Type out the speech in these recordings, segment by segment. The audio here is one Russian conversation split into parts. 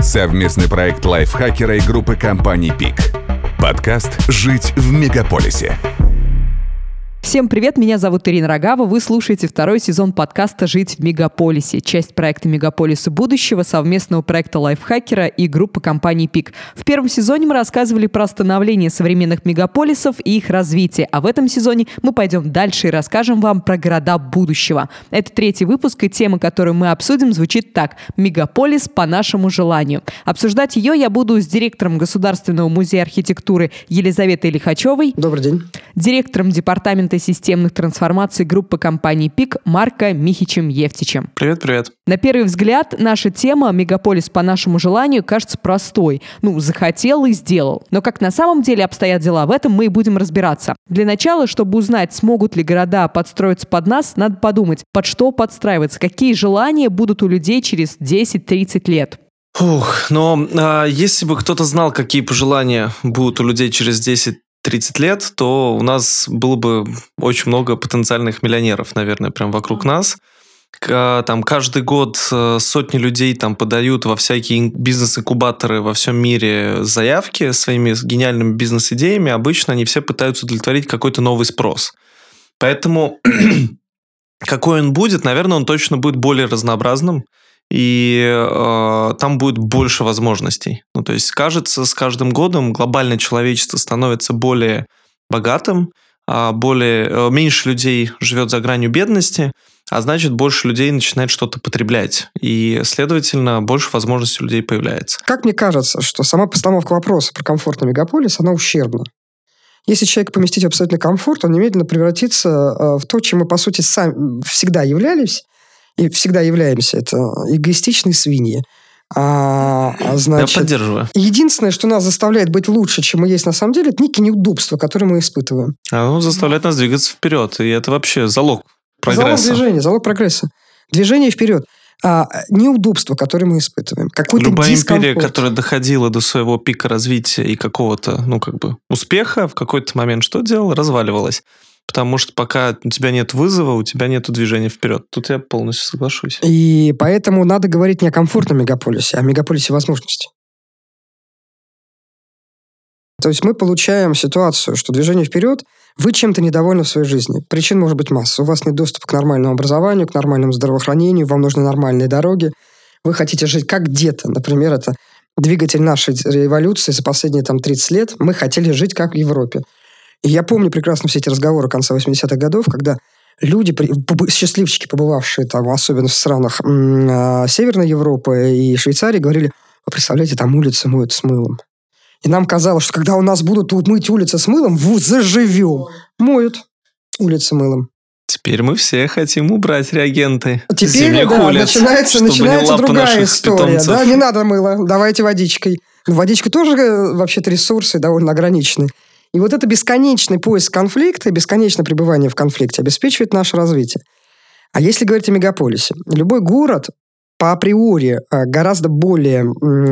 Совместный проект лайфхакера и группы компаний «Пик». Подкаст «Жить в мегаполисе». Всем привет, меня зовут Ирина Рогава, вы слушаете второй сезон подкаста «Жить в мегаполисе», часть проекта «Мегаполисы будущего», совместного проекта лайфхакера и группы компаний «Пик». В первом сезоне мы рассказывали про становление современных мегаполисов и их развитие, а в этом сезоне мы пойдем дальше и расскажем вам про города будущего. Это третий выпуск, и тема, которую мы обсудим, звучит так: «Мегаполис по нашему желанию». Обсуждать ее я буду с директором Государственного музея архитектуры Елизаветой Лихачевой. Добрый день. Директором департамента системных трансформаций группы компаний «Пик» Марко Михичем-Евтичем. Привет. На первый взгляд, наша тема «Мегаполис по нашему желанию» кажется простой. Захотел и сделал. Но как на самом деле обстоят дела, в этом мы и будем разбираться. Для начала, чтобы узнать, смогут ли города подстроиться под нас, надо подумать, под что подстраиваться, какие желания будут у людей через 10-30 лет. Если бы кто-то знал, какие пожелания будут у людей через 10-30 лет, то у нас было бы очень много потенциальных миллионеров, наверное, прям вокруг нас. Там каждый год сотни людей там подают во всякие бизнес-инкубаторы во всем мире заявки своими гениальными бизнес-идеями. Обычно они все пытаются удовлетворить какой-то новый спрос. Поэтому какой он будет, наверное, он точно будет более разнообразным. И там будет больше возможностей. То есть, кажется, с каждым годом глобальное человечество становится более богатым, меньше людей живет за гранью бедности, а значит, больше людей начинает что-то потреблять. И, следовательно, больше возможностей у людей появляется. Как мне кажется, что сама постановка вопроса про комфортный мегаполис, она ущербна. Если человека поместить в абсолютный комфорт, он немедленно превратится в то, чем мы, по сути, сами всегда являлись, и всегда являемся. Это эгоистичные свиньи. Значит, я поддерживаю. Единственное, что нас заставляет быть лучше, чем мы есть на самом деле, это некие неудобства, которые мы испытываем. Оно заставляет нас двигаться вперед. И это вообще залог прогресса. Залог движения, залог прогресса. Движение вперед. Неудобства, которые мы испытываем. Какой-то любая дискомфорт. империя, которая доходила до своего пика развития и какого-то, успеха, в какой-то момент что делала? Разваливалась. Потому что пока у тебя нет вызова, у тебя нет движения вперед. Тут я полностью соглашусь. И поэтому надо говорить не о комфортном мегаполисе, а о мегаполисе возможностей. То есть мы получаем ситуацию, что движение вперед, вы чем-то недовольны в своей жизни. Причин может быть масса. У вас нет доступа к нормальному образованию, к нормальному здравоохранению, вам нужны нормальные дороги. Вы хотите жить как где-то. Например, это двигатель нашей революции за последние 30 лет. Мы хотели жить как в Европе. И я помню прекрасно все эти разговоры конца 80-х годов, когда люди, счастливчики, побывавшие там, особенно в странах Северной Европы и Швейцарии, говорили: вы представляете, там улицы моют с мылом. И нам казалось, что когда у нас будут мыть улицы с мылом, заживем. Моют улицы мылом. Теперь мы все хотим убрать реагенты. Теперь, начинается другая история. Да? Не надо мыло, давайте водичкой. Водичка тоже, вообще-то, ресурсы довольно ограничены. И вот это бесконечный поиск конфликта, бесконечное пребывание в конфликте обеспечивает наше развитие. А если говорить о мегаполисе, любой город по априори гораздо более,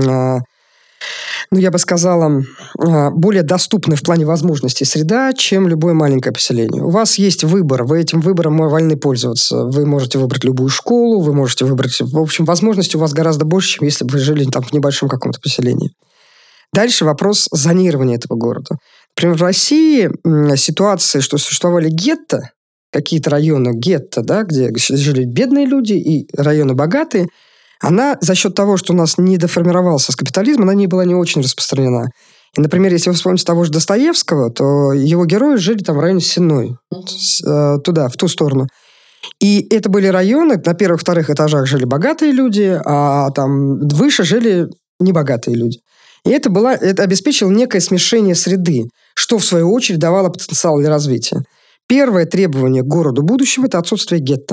я бы сказала, более доступная в плане возможностей среда, чем любое маленькое поселение. У вас есть выбор, вы этим выбором вольны пользоваться. Вы можете выбрать любую школу, вы можете выбрать... В общем, возможностей у вас гораздо больше, чем если бы вы жили в небольшом каком-то поселении. Дальше вопрос зонирования этого города. Например, в России ситуация, что существовали гетто, какие-то районы гетто, да, где жили бедные люди и районы богатые, она за счет того, что у нас не доформировался капитализм, она не была не очень распространена. И, например, если вы вспомните того же Достоевского, то его герои жили там в районе Сенной, туда, в ту сторону. И это были районы, на первых-вторых этажах жили богатые люди, а там выше жили небогатые люди. И это обеспечило некое смешение среды, что, в свою очередь, давало потенциал для развития. Первое требование к городу будущего – это отсутствие гетто.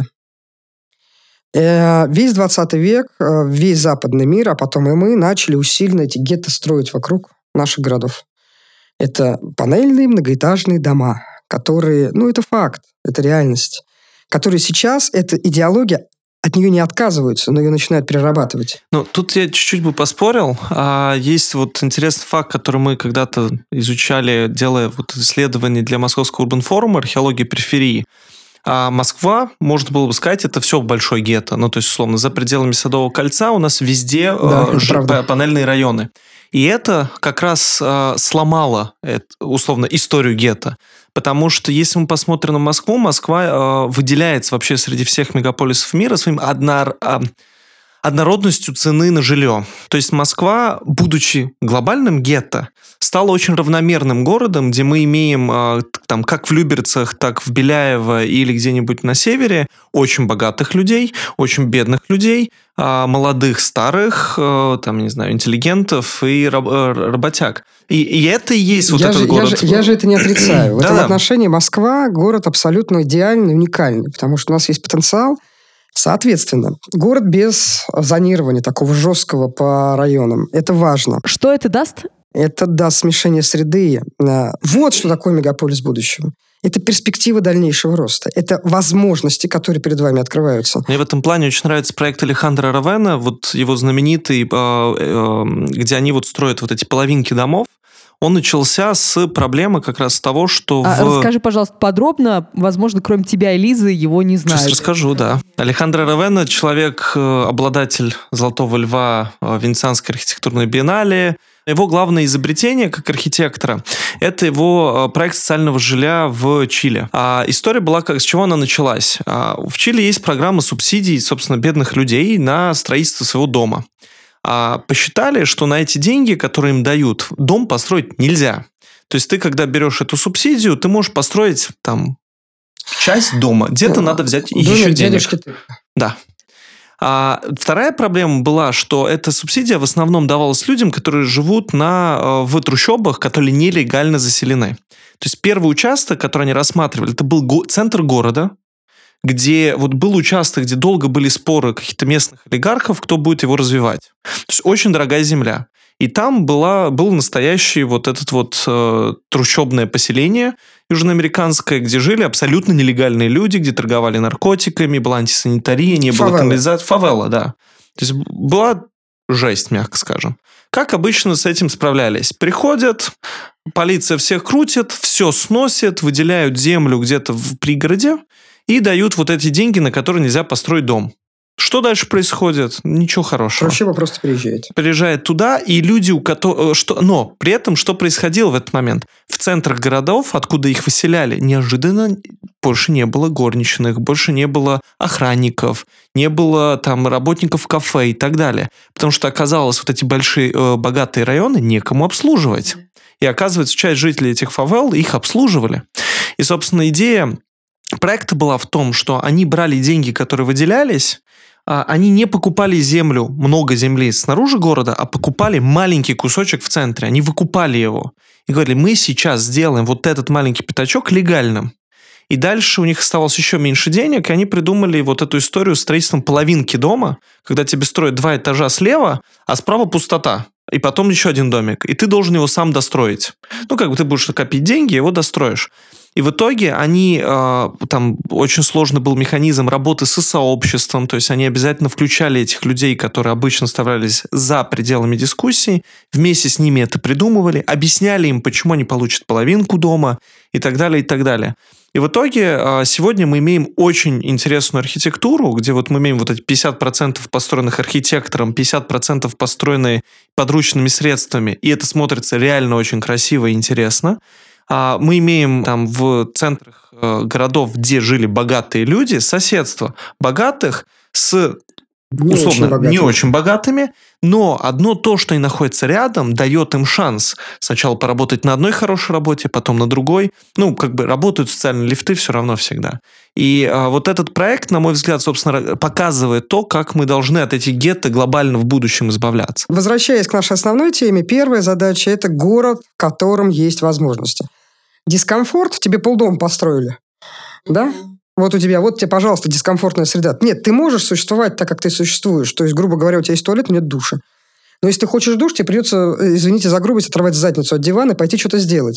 Весь 20 век, весь западный мир, а потом и мы, начали усиленно эти гетто строить вокруг наших городов. Это панельные многоэтажные дома, которые, это факт, это реальность, которые сейчас, эта идеология, от нее не отказываются, но ее начинают перерабатывать. Тут я чуть-чуть бы поспорил. Есть интересный факт, который мы когда-то изучали, делая исследования для Московского урбан-форума «Археология периферии». А Москва, можно было бы сказать, это все большой гетто. Ну, то есть, условно, за пределами Садового кольца у нас везде панельные районы. И это как раз сломало, условно, историю гетто. Потому что, если мы посмотрим на Москву, Москва выделяется вообще среди всех мегаполисов мира своим однородностью цены на жилье. То есть Москва, будучи глобальным гетто, стала очень равномерным городом, где мы имеем, там, как в Люберцах, так в Беляево или где-нибудь на севере, очень богатых людей, очень бедных людей, молодых, старых, там, не знаю, интеллигентов и работяг. И это и есть этот город. Я же это не отрицаю. В этом отношении Москва город абсолютно идеальный, уникальный, потому что у нас есть потенциал. Соответственно, город без зонирования такого жесткого по районам. Это важно. Что это даст? Это даст смешение среды. Вот что такое мегаполис будущего. Это перспектива дальнейшего роста. Это возможности, которые перед вами открываются. Мне в этом плане очень нравится проект Алехандро Равена, вот его знаменитый, где они вот строят вот эти половинки домов. Он начался с проблемы как раз того, что... Расскажи, пожалуйста, подробно. Возможно, кроме тебя и Лизы, его не знают. Сейчас расскажу, да. Алехандро Равена, человек, обладатель Золотого Льва Венецианской архитектурной биеннале. Его главное изобретение как архитектора – это его проект социального жилья в Чили. История была, с чего она началась. В Чили есть программа субсидий, собственно, бедных людей на строительство своего дома. Посчитали, что на эти деньги, которые им дают, дом построить нельзя. То есть ты, когда берешь эту субсидию, ты можешь построить там часть дома. Где-то надо взять еще денег. Да. Вторая проблема была, что эта субсидия в основном давалась людям, которые живут в трущобах, которые нелегально заселены. То есть первый участок, который они рассматривали, это был центр города, где вот был участок, где долго были споры каких-то местных олигархов, кто будет его развивать. То есть очень дорогая земля. И там был настоящее вот это вот трущобное поселение южноамериканское, где жили абсолютно нелегальные люди, где торговали наркотиками, была антисанитария, не было канализации. Фавела, да. То есть была жесть, мягко скажем. Как обычно с этим справлялись? Приходят, полиция всех крутит, все сносит, выделяют землю где-то в пригороде и дают вот эти деньги, на которые нельзя построить дом. Что дальше происходит? Ничего хорошего. Трущоба просто приезжает. Приезжает туда, и люди, у которых... Но при этом что происходило в этот момент? В центрах городов, откуда их выселяли, неожиданно больше не было горничных, больше не было охранников, не было там работников кафе и так далее. Потому что оказалось, вот эти большие богатые районы некому обслуживать. И оказывается, часть жителей этих фавел их обслуживали. И, собственно, идея проекта была в том, что они брали деньги, которые выделялись, они не покупали землю, много земли снаружи города, а покупали маленький кусочек в центре. Они выкупали его. И говорили, мы сейчас сделаем вот этот маленький пятачок легальным. И дальше у них оставалось еще меньше денег, и они придумали вот эту историю с строительством половинки дома, когда тебе строят 2 этажа слева, а справа пустота. И потом еще один домик. И ты должен его сам достроить. Ну, как бы ты будешь копить деньги, его достроишь. И в итоге они, там очень сложный был механизм работы со сообществом, то есть они обязательно включали этих людей, которые обычно оставались за пределами дискуссий, вместе с ними это придумывали, объясняли им, почему они получат половинку дома и так далее, и так далее. И в итоге сегодня мы имеем очень интересную архитектуру, где вот мы имеем вот эти 50% построенных архитектором, 50% построенные подручными средствами, и это смотрится реально очень красиво и интересно. Мы имеем там в центрах городов, где жили богатые люди, соседство богатых с условно не очень богатыми, но одно то, что они находятся рядом, дает им шанс сначала поработать на одной хорошей работе, потом на другой. Ну, как бы работают социальные лифты все равно всегда. И вот этот проект, на мой взгляд, собственно, показывает то, как мы должны от этих гетто глобально в будущем избавляться. Возвращаясь к нашей основной теме, первая задача – это город, в котором есть возможности. Дискомфорт, тебе полдома построили, да? Вот тебе, пожалуйста, дискомфортная среда. Нет, ты можешь существовать так, как ты существуешь. То есть, грубо говоря, у тебя есть туалет, но нет душа. Но если ты хочешь душ, тебе придется, извините за грубость, оторвать задницу от дивана и пойти что-то сделать.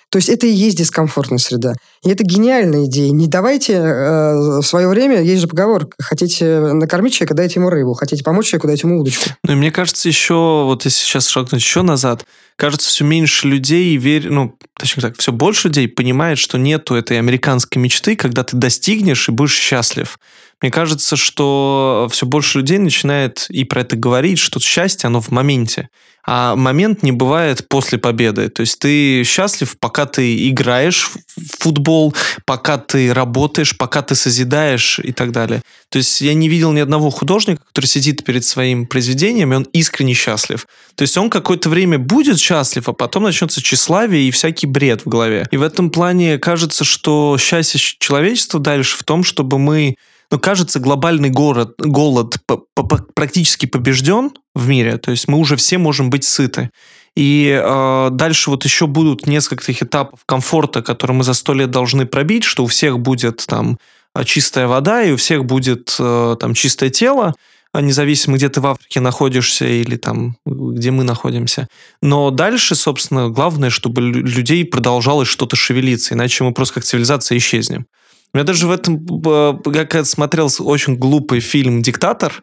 То есть это и есть дискомфортная среда. И это гениальная идея. Не давайте в свое время, есть же поговорка, хотите накормить человека, дайте ему рыбу, хотите помочь человеку, дайте ему удочку. Ну и мне кажется, еще, вот если сейчас шагнуть еще назад, кажется, все меньше людей точнее так, все больше людей понимает, что нету этой американской мечты, когда ты достигнешь и будешь счастлив. Мне кажется, что все больше людей начинает и про это говорить, что счастье, оно в моменте. А момент не бывает после победы. То есть ты счастлив, пока ты играешь в футбол, пока ты работаешь, пока ты созидаешь и так далее. То есть я не видел ни одного художника, который сидит перед своим произведением, и он искренне счастлив. То есть он какое-то время будет счастлив, а потом начнется тщеславие и всякий бред в голове. И в этом плане кажется, что счастье человечества дальше в том, чтобы мы... кажется, глобальный голод практически побежден в мире, то есть мы уже все можем быть сыты. И дальше вот еще будут несколько таких этапов комфорта, которые мы за 100 лет должны пробить, что у всех будет там чистая вода, и у всех будет там чистое тело, независимо, где ты в Африке находишься или там, где мы находимся. Но дальше, собственно, главное, чтобы людей продолжалось что-то шевелиться, иначе мы просто как цивилизация исчезнем. У меня даже в этом, как смотрел очень глупый фильм «Диктатор»,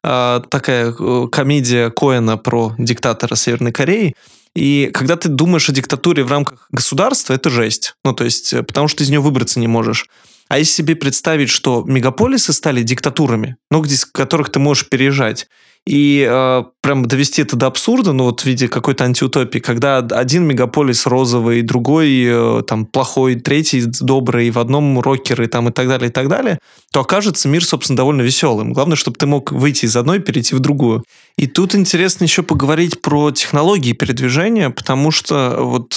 такая комедия Коэна про диктатора Северной Кореи. И когда ты думаешь о диктатуре в рамках государства, это жесть. То есть, потому что ты из нее выбраться не можешь. А если себе представить, что мегаполисы стали диктатурами, в которых ты можешь переезжать, и прям довести это до абсурда, в виде какой-то антиутопии, когда один мегаполис розовый, другой там плохой, третий добрый, в одном рокеры там, и так далее, то окажется мир, собственно, довольно веселым. Главное, чтобы ты мог выйти из одной и перейти в другую. И тут интересно еще поговорить про технологии передвижения, потому что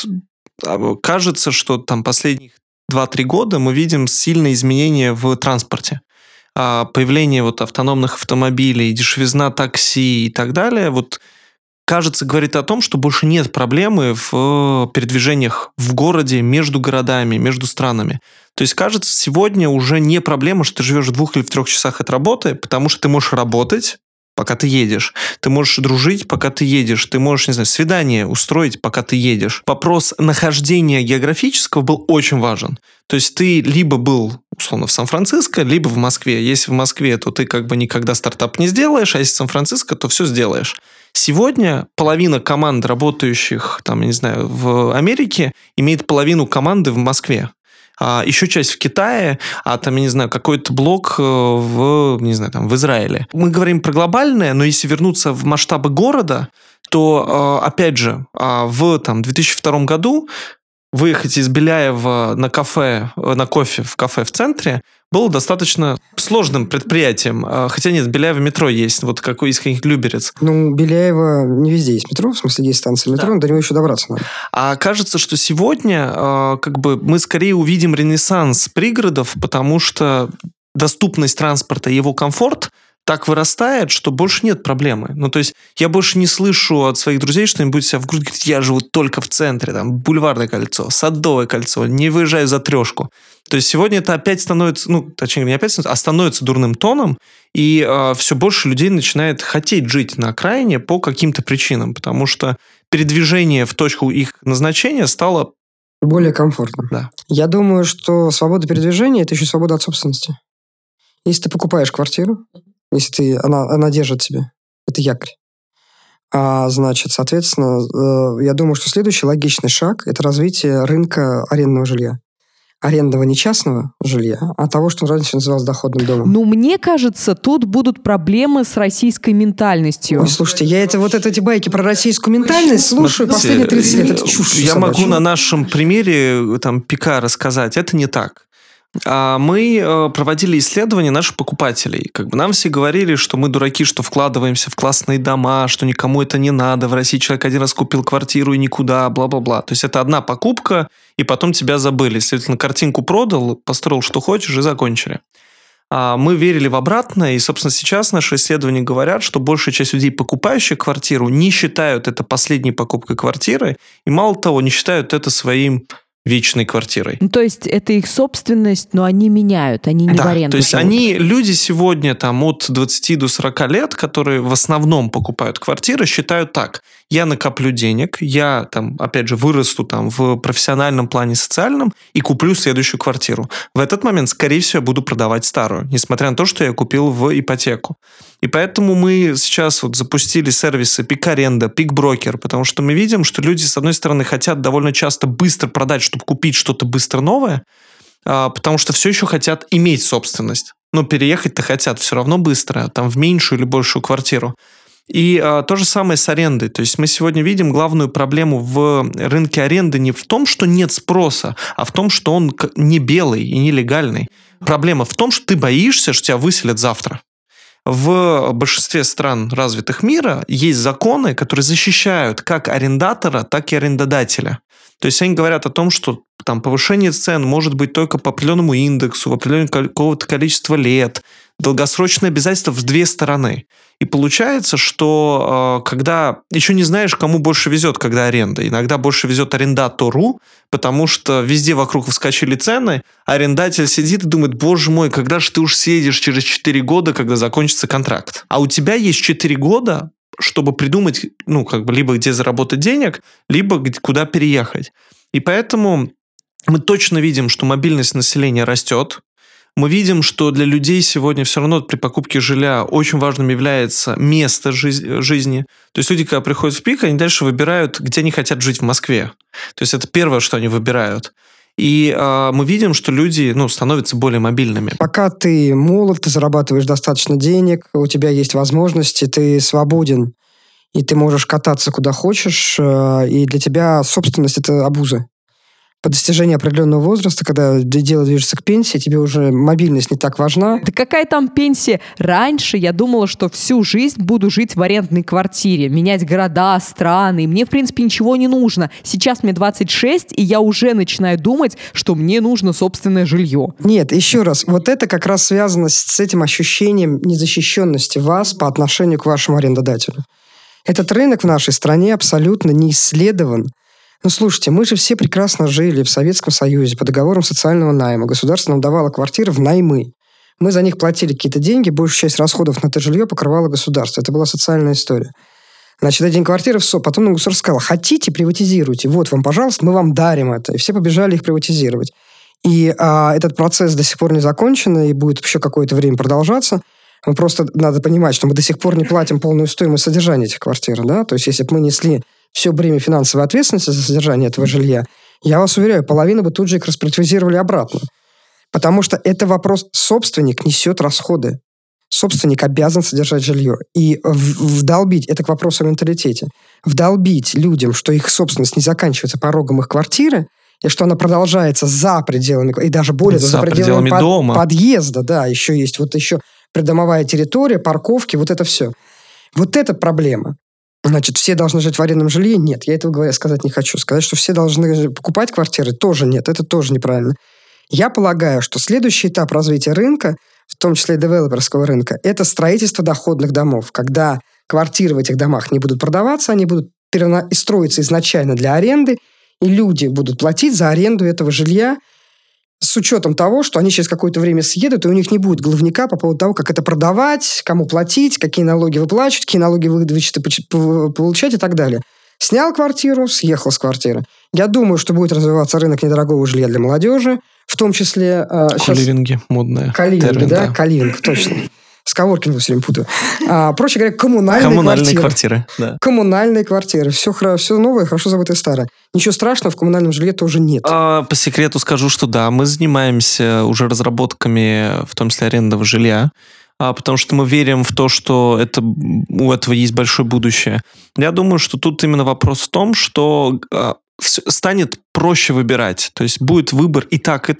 кажется, что там последних 2-3 года мы видим сильные изменения в транспорте. Появление автономных автомобилей, дешевизна такси и так далее, кажется, говорит о том, что больше нет проблемы в передвижениях в городе, между городами, между странами. То есть, кажется, сегодня уже не проблема, что ты живешь в 2 или в 3 часах от работы, потому что ты можешь работать, пока ты едешь. Ты можешь дружить, пока ты едешь. Ты можешь, свидание устроить, пока ты едешь. Вопрос нахождения географического был очень важен. То есть ты либо был, условно, в Сан-Франциско, либо в Москве. Если в Москве, то ты никогда стартап не сделаешь, а если в Сан-Франциско, то все сделаешь. Сегодня половина команд, работающих, в Америке, имеет половину команды в Москве. Еще часть в Китае, какой-то блок в Израиле. Мы говорим про глобальное, но если вернуться в масштабы города, то, опять же, в 2002 году выехать из Беляева на кофе в центре было достаточно сложным предприятием. Хотя нет, в Беляево метро есть, какой из каких Люберец. Беляево не везде есть метро, в смысле есть станция метро, но до него еще добраться надо. А кажется, что сегодня мы скорее увидим ренессанс пригородов, потому что доступность транспорта и его комфорт так вырастает, что больше нет проблемы. То есть я больше не слышу от своих друзей, что они будут себя говорить, я живу только в центре, Бульварное кольцо, Садовое кольцо, не выезжаю за 3. То есть сегодня это опять становится, точнее не опять становится, а становится дурным тоном, и все больше людей начинает хотеть жить на окраине по каким-то причинам, потому что передвижение в точку их назначения стало более комфортно. Да. Я думаю, что свобода передвижения – это еще свобода от собственности. Если ты покупаешь квартиру, если она держит тебя, это якорь. Соответственно, я думаю, что следующий логичный шаг – это развитие рынка арендного жилья. Арендного не частного жилья, а того, что раньше называлось доходным домом. Мне кажется, тут будут проблемы с российской ментальностью. Ой, слушайте, я эти байки про российскую ментальность слушаю последние 30 лет. Это чушь. Я могу на нашем примере Пика рассказать. Это не так. Мы проводили исследования наших покупателей. Нам все говорили, что мы дураки, что вкладываемся в классные дома, что никому это не надо. В России человек один раз купил квартиру и никуда, бла-бла-бла. То есть это одна покупка, и потом тебя забыли. Следовательно, картинку продал, построил, что хочешь, и закончили. Мы верили в обратное, и, собственно, сейчас наши исследования говорят, что большая часть людей, покупающих квартиру, не считают это последней покупкой квартиры, и, мало того, не считают это своим вечной квартирой. То есть это их собственность, но они меняют, они не в аренду. То есть люди сегодня от 20 до 40 лет, которые в основном покупают квартиры, считают так. я накоплю денег, я там, опять же, вырасту там в профессиональном плане, социальном и куплю следующую квартиру. В этот момент, скорее всего, я буду продавать старую, несмотря на то, что я купил в ипотеку. И поэтому мы сейчас вот запустили сервисы Пик-аренда, Пик-брокер, потому что мы видим, что люди, с одной стороны, хотят довольно часто быстро продать, чтобы купить что-то быстро новое, потому что все еще хотят иметь собственность. Но переехать-то хотят все равно быстро, там в меньшую или большую квартиру. И то же самое с арендой. То есть мы сегодня видим главную проблему в рынке аренды не в том, что нет спроса, а в том, что он не белый и нелегальный. Проблема в том, что ты боишься, что тебя выселят завтра. В большинстве стран развитых мира есть законы, которые защищают как арендатора, так и арендодателя. То есть они говорят о том, что там повышение цен может быть только по определенному индексу, в определенное какого-то количества лет, долгосрочные обязательства в две стороны. И получается, что когда еще не знаешь, кому больше везет, когда аренда. Иногда больше везет арендатору, потому что везде вокруг вскочили цены, а арендатель сидит и думает: боже мой, когда же ты уж съедешь через 4 года, когда закончится контракт. А у тебя есть 4 года, чтобы придумать, либо где заработать денег, либо куда переехать. И поэтому мы точно видим, что мобильность населения растет. Мы видим, что для людей сегодня все равно при покупке жилья очень важным является место жизни. То есть люди, когда приходят в Пик, они дальше выбирают, где они хотят жить в Москве. То есть это первое, что они выбирают. И мы видим, что люди становятся более мобильными. Пока ты молод, ты зарабатываешь достаточно денег, у тебя есть возможности, ты свободен, и ты можешь кататься куда хочешь, и для тебя собственность – это обуза. По достижении определенного возраста, когда дело движется к пенсии, тебе уже мобильность не так важна. Да какая там пенсия? Раньше я думала, что всю жизнь буду жить в арендной квартире, менять города, страны, и мне, в принципе, ничего не нужно. Сейчас мне 26, и я уже начинаю думать, что мне нужно собственное жилье. Нет, еще раз, вот это как раз связано с этим ощущением незащищенности вас по отношению к вашему арендодателю. Этот рынок в нашей стране абсолютно не исследован. Слушайте, мы же все прекрасно жили в Советском Союзе по договорам социального найма. Государство нам давало квартиры в наймы. Мы за них платили какие-то деньги, большую часть расходов на это жилье покрывало государство. Это была социальная история. Значит, один квартира в СОП. Потом нам государство сказало: хотите, приватизируйте. Вот вам, пожалуйста, мы вам дарим это. И все побежали их приватизировать. И этот процесс до сих пор не закончен, и будет еще какое-то время продолжаться. Просто надо понимать, что мы до сих пор не платим полную стоимость содержания этих квартир. Да? То есть, если бы мы несли все бремя финансовой ответственности за содержание этого жилья, я вас уверяю, половину бы тут же их расприватизировали обратно. Потому что это вопрос: собственник несет расходы. Собственник обязан содержать жилье. И вдолбить, это к вопросу о менталитете, вдолбить людям, что их собственность не заканчивается порогом их квартиры, и что она продолжается за пределами, и даже более за пределами дома. Подъезда, да, еще есть еще придомовая территория, парковки, вот это все. Вот это проблема. Значит, все должны жить в арендном жилье? Нет, я этого сказать не хочу. Сказать, что все должны покупать квартиры? Тоже нет, это тоже неправильно. Я полагаю, что следующий этап развития рынка, в том числе и девелоперского рынка, это строительство доходных домов. Когда квартиры в этих домах не будут продаваться, они будут строиться изначально для аренды, и люди будут платить за аренду этого жилья с учетом того, что они через какое-то время съедут, и у них не будет головняка по поводу того, как это продавать, кому платить, какие налоги выплачивать, какие налоги вычеты получать и так далее. Снял квартиру, съехал с квартиры. Я думаю, что будет развиваться рынок недорогого жилья для молодежи, в том числе... Коливинги, модные. Коливинги, да? Коливинг, точно. С коворкингом все время путаю. Проще говоря, коммунальные квартиры. Да. Коммунальные квартиры. Все новое, хорошо забытое старое. Ничего страшного в коммунальном жилье тоже нет. По секрету скажу, что да, мы занимаемся уже разработками, в том числе арендного жилья, потому что мы верим в то, что у этого есть большое будущее. Я думаю, что тут именно вопрос в том, что станет проще выбирать. То есть будет выбор и так,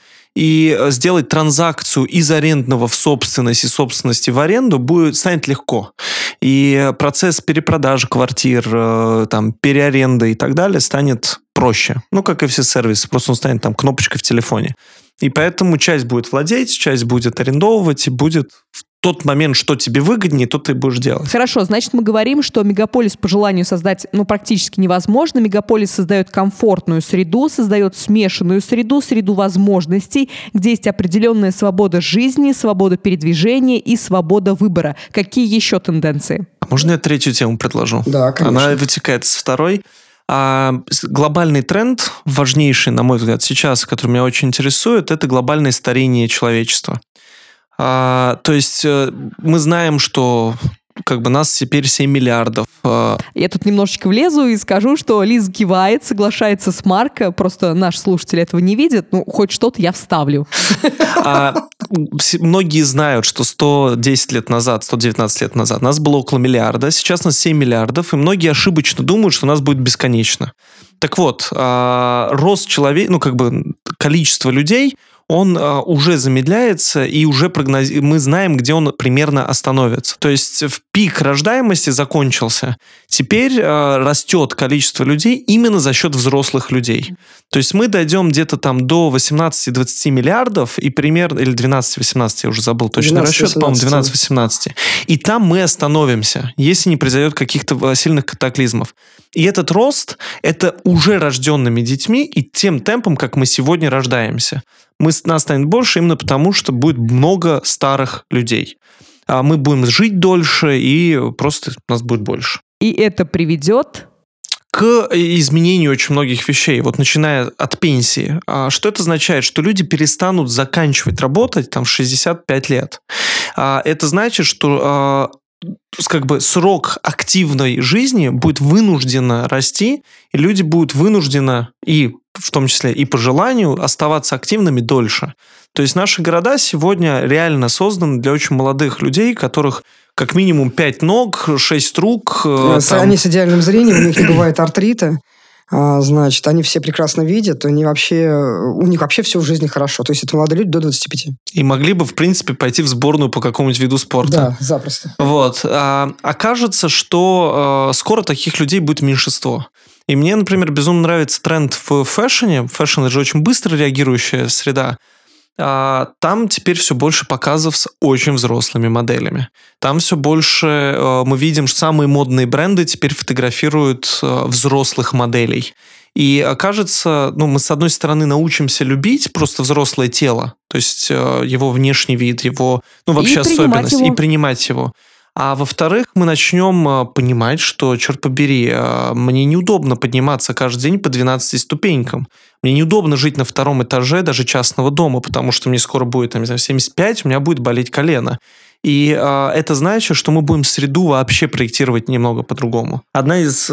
и сделать транзакцию из арендного в собственность и собственности в аренду станет легко. И процесс перепродажи квартир, переаренды и так далее станет проще. Как и все сервисы, просто он станет кнопочкой в телефоне. И поэтому часть будет владеть, часть будет арендовывать, и будет тот момент, что тебе выгоднее, то ты будешь делать. Хорошо, значит, мы говорим, что мегаполис по желанию создать, практически невозможно. Мегаполис создает комфортную среду, создает смешанную среду, среду возможностей, где есть определенная свобода жизни, свобода передвижения и свобода выбора. Какие еще тенденции? Можно я третью тему предложу? Да, конечно. Она вытекает из второй. Глобальный тренд, важнейший, на мой взгляд, сейчас, который меня очень интересует, это глобальное старение человечества. То есть мы знаем, что нас теперь 7 миллиардов. Я тут немножечко влезу и скажу, что Лиза кивает, соглашается с Марко, просто наш слушатель этого не видит, хоть что-то я вставлю. Многие знают, что 110 лет назад, 119 лет назад нас было около миллиарда, сейчас нас 7 миллиардов, и многие ошибочно думают, что нас будет бесконечно. Так вот, рост человека, количество людей, он уже замедляется, и уже мы знаем, где он примерно остановится. То есть в пик рождаемости закончился. Теперь растет количество людей именно за счет взрослых людей. То есть мы дойдем где-то там до 18-20 миллиардов, и примерно, или 12-18, я уже забыл точно расчет, по-моему, 12-18. И там мы остановимся, если не произойдет каких-то сильных катаклизмов. И этот рост, это уже рожденными детьми и тем темпом, как мы сегодня рождаемся. Нас станет больше именно потому, что будет много старых людей. Мы будем жить дольше, и просто нас будет больше. И это приведет к изменению очень многих вещей, начиная от пенсии. Что это означает? Что люди перестанут заканчивать работать в 65 лет. Это значит, что срок активной жизни будет вынужденно расти, и люди будут вынуждены, и в том числе и по желанию, оставаться активными дольше. То есть наши города сегодня реально созданы для очень молодых людей, которых как минимум 5 ног, 6 рук. Они с идеальным зрением, у них не бывает артрита. Значит, они все прекрасно видят, у них вообще все в жизни хорошо. То есть это молодые люди до 25. И могли бы, в принципе, пойти в сборную по какому-нибудь виду спорта. Да, запросто. Окажется, что скоро таких людей будет меньшинство. И мне, например, безумно нравится тренд в фэшне. Фэшн – это же очень быстро реагирующая среда. Там теперь все больше показов с очень взрослыми моделями. Там все больше мы видим, что самые модные бренды теперь фотографируют взрослых моделей. И окажется, мы с одной стороны научимся любить просто взрослое тело, то есть его внешний вид, его, вообще особенность, и принимать его. А во-вторых, мы начнем понимать, что, черт побери, мне неудобно подниматься каждый день по 12 ступенькам. Мне неудобно жить на 2-м этаже даже частного дома, потому что мне скоро будет, 75, у меня будет болеть колено. И это значит, что мы будем среду вообще проектировать немного по-другому. Одна из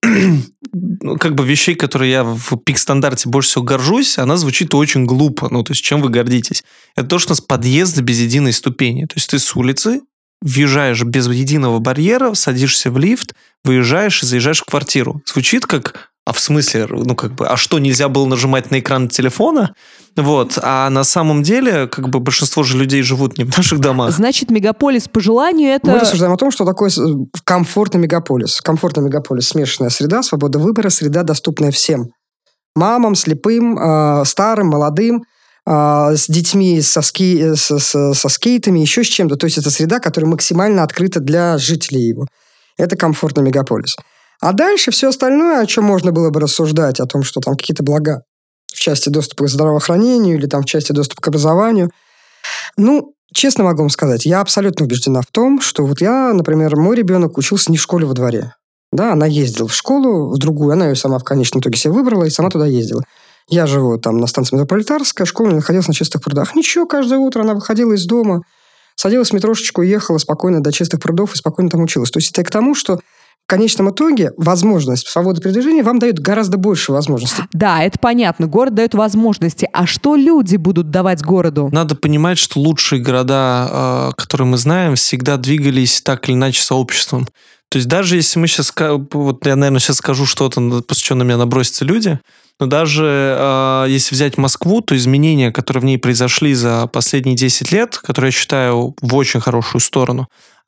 вещей, которые я в пик-стандарте больше всего горжусь, она звучит очень глупо. То есть чем вы гордитесь? Это то, что у нас подъезды без единой ступени. То есть ты с улицы въезжаешь без единого барьера, садишься в лифт, выезжаешь и заезжаешь в квартиру. Звучит как... в смысле, а что, нельзя было нажимать на экран телефона? А на самом деле, большинство же людей живут не в наших домах. Значит, мегаполис по желанию это... Мы рассуждаем о том, что такое комфортный мегаполис. Комфортный мегаполис, смешанная среда, свобода выбора, среда, доступная всем. Мамам, слепым, старым, молодым, с детьми, со скейтами, еще с чем-то. То есть это среда, которая максимально открыта для жителей его. Это комфортный мегаполис. А дальше все остальное, о чем можно было бы рассуждать, о том, что там какие-то блага в части доступа к здравоохранению или в части доступа к образованию. Честно могу вам сказать, я абсолютно убеждена в том, что я, например, мой ребенок учился не в школе во дворе. Да, она ездила в школу, в другую, она ее сама в конечном итоге себе выбрала и сама туда ездила. Я живу на станции Метрополитарская, школа находилась на Чистых прудах. Ничего, каждое утро она выходила из дома, садилась в метрошечку, ехала спокойно до Чистых прудов и спокойно там училась. То есть это к тому, что в конечном итоге возможность свободы передвижения вам дает гораздо больше возможностей. Да, это понятно. Город дает возможности. А что люди будут давать городу? Надо понимать, что лучшие города, которые мы знаем, всегда двигались так или иначе сообществом. То есть даже если мы сейчас... я, наверное, сейчас скажу что-то, после чего на меня набросятся люди, но даже если взять Москву, то изменения, которые в ней произошли за последние 10 лет, которые я считаю в очень хорошую сторону,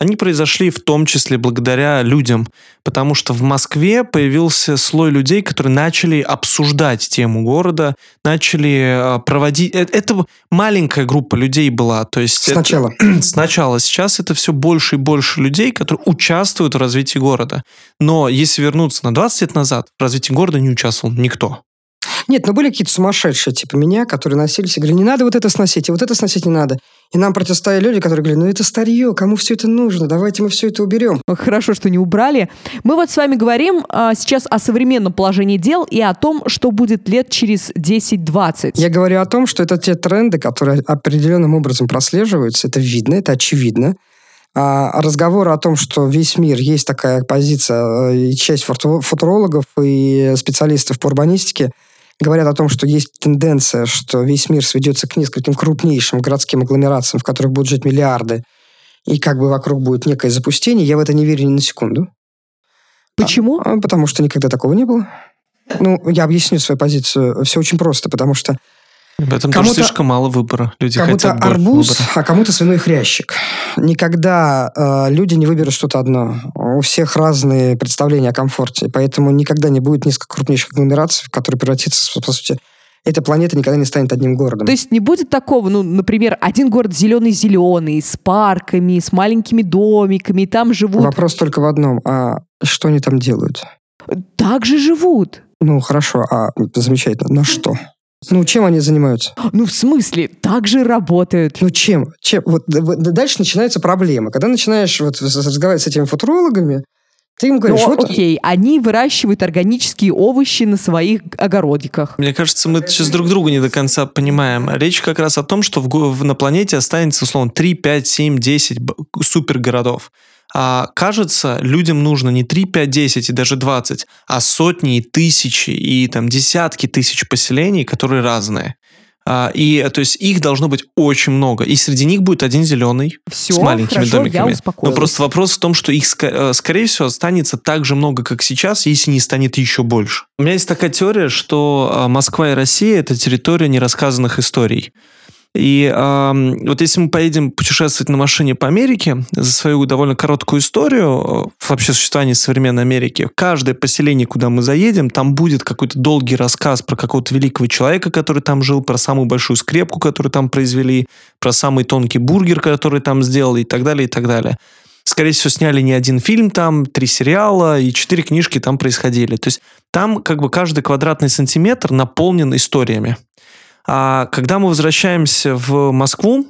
они произошли в том числе благодаря людям, потому что в Москве появился слой людей, которые начали обсуждать тему города, начали проводить... Это маленькая группа людей была, то есть... Сначала. Сейчас это все больше и больше людей, которые участвуют в развитии города. Но если вернуться на 20 лет назад, в развитии города не участвовал никто. Нет, но были какие-то сумасшедшие, типа меня, которые носились и говорили, не надо вот это сносить, и вот это сносить не надо. И нам противостояли люди, которые говорили, это старье, кому все это нужно, давайте мы все это уберем. Хорошо, что не убрали. Мы вот с вами говорим сейчас о современном положении дел и о том, что будет лет через 10-20. Я говорю о том, что это те тренды, которые определенным образом прослеживаются, это видно, это очевидно. А разговоры о том, что весь мир, есть такая позиция, и часть футурологов и специалистов по урбанистике говорят о том, что есть тенденция, что весь мир сведется к нескольким крупнейшим городским агломерациям, в которых будут жить миллиарды, и как бы вокруг будет некое запустение. Я в это не верю ни на секунду. Почему? Потому что никогда такого не было. Я объясню свою позицию. Все очень просто, потому что в этом тоже слишком мало выбора. Люди кому-то арбуз, выбора. А кому-то свиной хрящик. Никогда люди не выберут что-то одно. У всех разные представления о комфорте. Поэтому никогда не будет несколько крупнейших агломераций, в которые превратится, по сути, эта планета никогда не станет одним городом. То есть не будет такого, например, один город зеленый-зеленый, с парками, с маленькими домиками, и там живут... Вопрос только в одном. А что они там делают? Так же живут. Хорошо. Замечательно. На что? Чем они занимаются? В смысле? Так же работают. Чем? Вот дальше начинаются проблемы. Когда начинаешь разговаривать с этими футурологами, ты им говоришь... Окей, они выращивают органические овощи на своих огородиках. Мне кажется, мы сейчас друг друга не до конца понимаем. Речь как раз о том, что на планете останется, условно, 3, 5, 7, 10 супергородов. А кажется, людям нужно не 3, 5, 10 и даже 20, а сотни и тысячи и десятки тысяч поселений, которые разные. То есть их должно быть очень много. И среди них будет один зеленый с маленькими домиками. Я успокоилась. Но просто вопрос в том, что их, скорее всего, останется так же много, как сейчас, если не станет еще больше. У меня есть такая теория, что Москва и Россия – это территория нерассказанных историй. И вот если мы поедем путешествовать на машине по Америке, за свою довольно короткую историю вообще существования современной Америки, каждое поселение, куда мы заедем, там будет какой-то долгий рассказ про какого-то великого человека, который там жил, про самую большую скрепку, которую там произвели, про самый тонкий бургер, который там сделали и так далее, и так далее. Скорее всего, сняли не один фильм там, 3 сериала и 4 книжки там происходили. То есть там каждый квадратный сантиметр наполнен историями. А когда мы возвращаемся в Москву,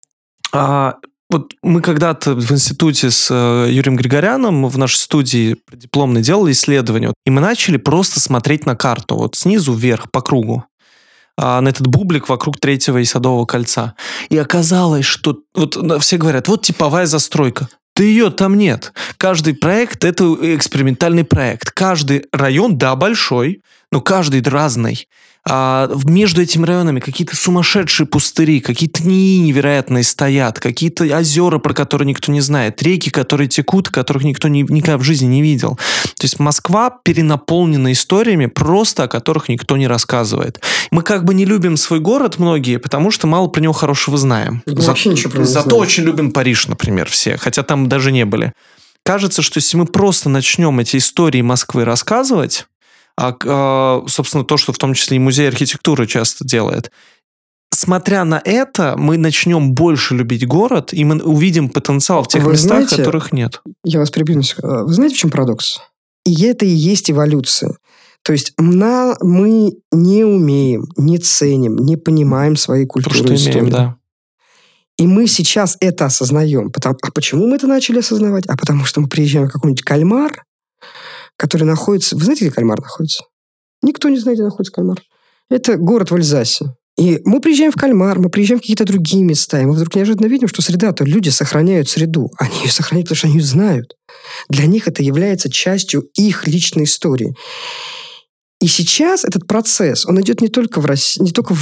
мы когда-то в институте с Юрием Григоряном в нашей студии дипломной делали исследование, и мы начали просто смотреть на карту, снизу вверх, по кругу, на этот бублик вокруг 3-го и Садового кольца. И оказалось, что все говорят, типовая застройка. Да ее там нет. Каждый проект – это экспериментальный проект. Каждый район, большой, но каждый разный. Между этими районами какие-то сумасшедшие пустыри, какие-то НИИ невероятные стоят, какие-то озера, про которые никто не знает, реки, которые текут, которых никто никогда в жизни не видел. То есть Москва перенаполнена историями, просто о которых никто не рассказывает. Мы не любим свой город многие, потому что мало про него хорошего знаем. Вообще ничего про него не знаем. Зато очень любим Париж, например, все, хотя там даже не были. Кажется, что если мы просто начнем эти истории Москвы рассказывать, собственно, то, что в том числе и музей архитектуры часто делает. Смотря на это, мы начнем больше любить город, и мы увидим потенциал в тех местах, которых нет. Я вас перебью. Вы знаете, в чем парадокс? И это и есть эволюция. То есть мы не умеем, не ценим, не понимаем своей культуры и истории. Да. И мы сейчас это осознаем. А почему мы это начали осознавать? А потому что мы приезжаем в какой-нибудь Кальмар, который находится... Вы знаете, где Кальмар находится? Никто не знает, где находится Кальмар. Это город в Эльзасе. И мы приезжаем в Кальмар, мы приезжаем в какие-то другие места, и мы вдруг неожиданно видим, что люди сохраняют среду. Они ее сохраняют, потому что они ее знают. Для них это является частью их личной истории. И сейчас этот процесс, он идет не только в России, не только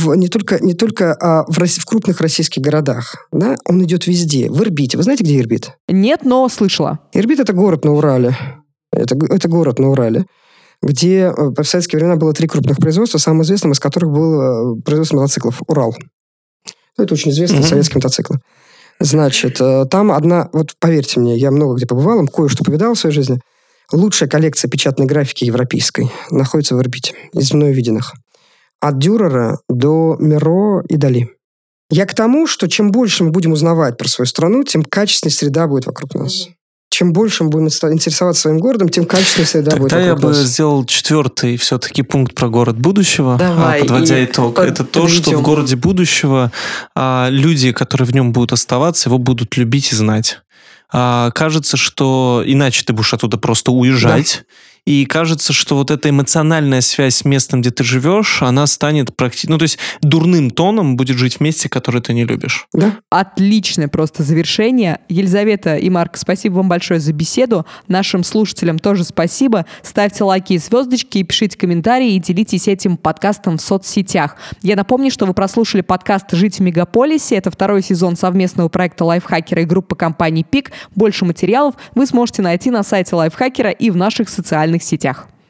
в крупных российских городах, да? Он идет везде. В Ирбите. Вы знаете, где Ирбит? Нет, но слышала. Ирбит – это город на Урале. Это город на Урале, где в советские времена было 3 крупных производства, самым известным из которых было производство мотоциклов «Урал». Это очень известный советский мотоцикл. Значит, там одна... Вот поверьте мне, я много где побывал, кое-что повидал в своей жизни. Лучшая коллекция печатной графики европейской находится в орбите, из мной виденных. От Дюрера до Миро и Дали. Я к тому, что чем больше мы будем узнавать про свою страну, тем качественнее среда будет вокруг нас. Чем больше мы будем интересоваться своим городом, тем качественнее среда будет вокруг нас. Тогда я бы сделал 4-й все-таки пункт про город будущего, подводя итог. Это то, что в городе будущего люди, которые в нем будут оставаться, его будут любить и знать. Кажется, что иначе ты будешь оттуда просто уезжать. Да. И кажется, что вот эта эмоциональная связь с местом, где ты живешь, она станет практически... то есть дурным тоном будет жить в месте, которое ты не любишь. Да. Отличное просто завершение. Елизавета и Марк, спасибо вам большое за беседу. Нашим слушателям тоже спасибо. Ставьте лайки и звездочки, пишите комментарии и делитесь этим подкастом в соцсетях. Я напомню, что вы прослушали подкаст «Жить в мегаполисе». Это 2-й сезон совместного проекта Лайфхакера и группы компаний «Пик». Больше материалов вы сможете найти на сайте Лайфхакера и в наших социальных сетях.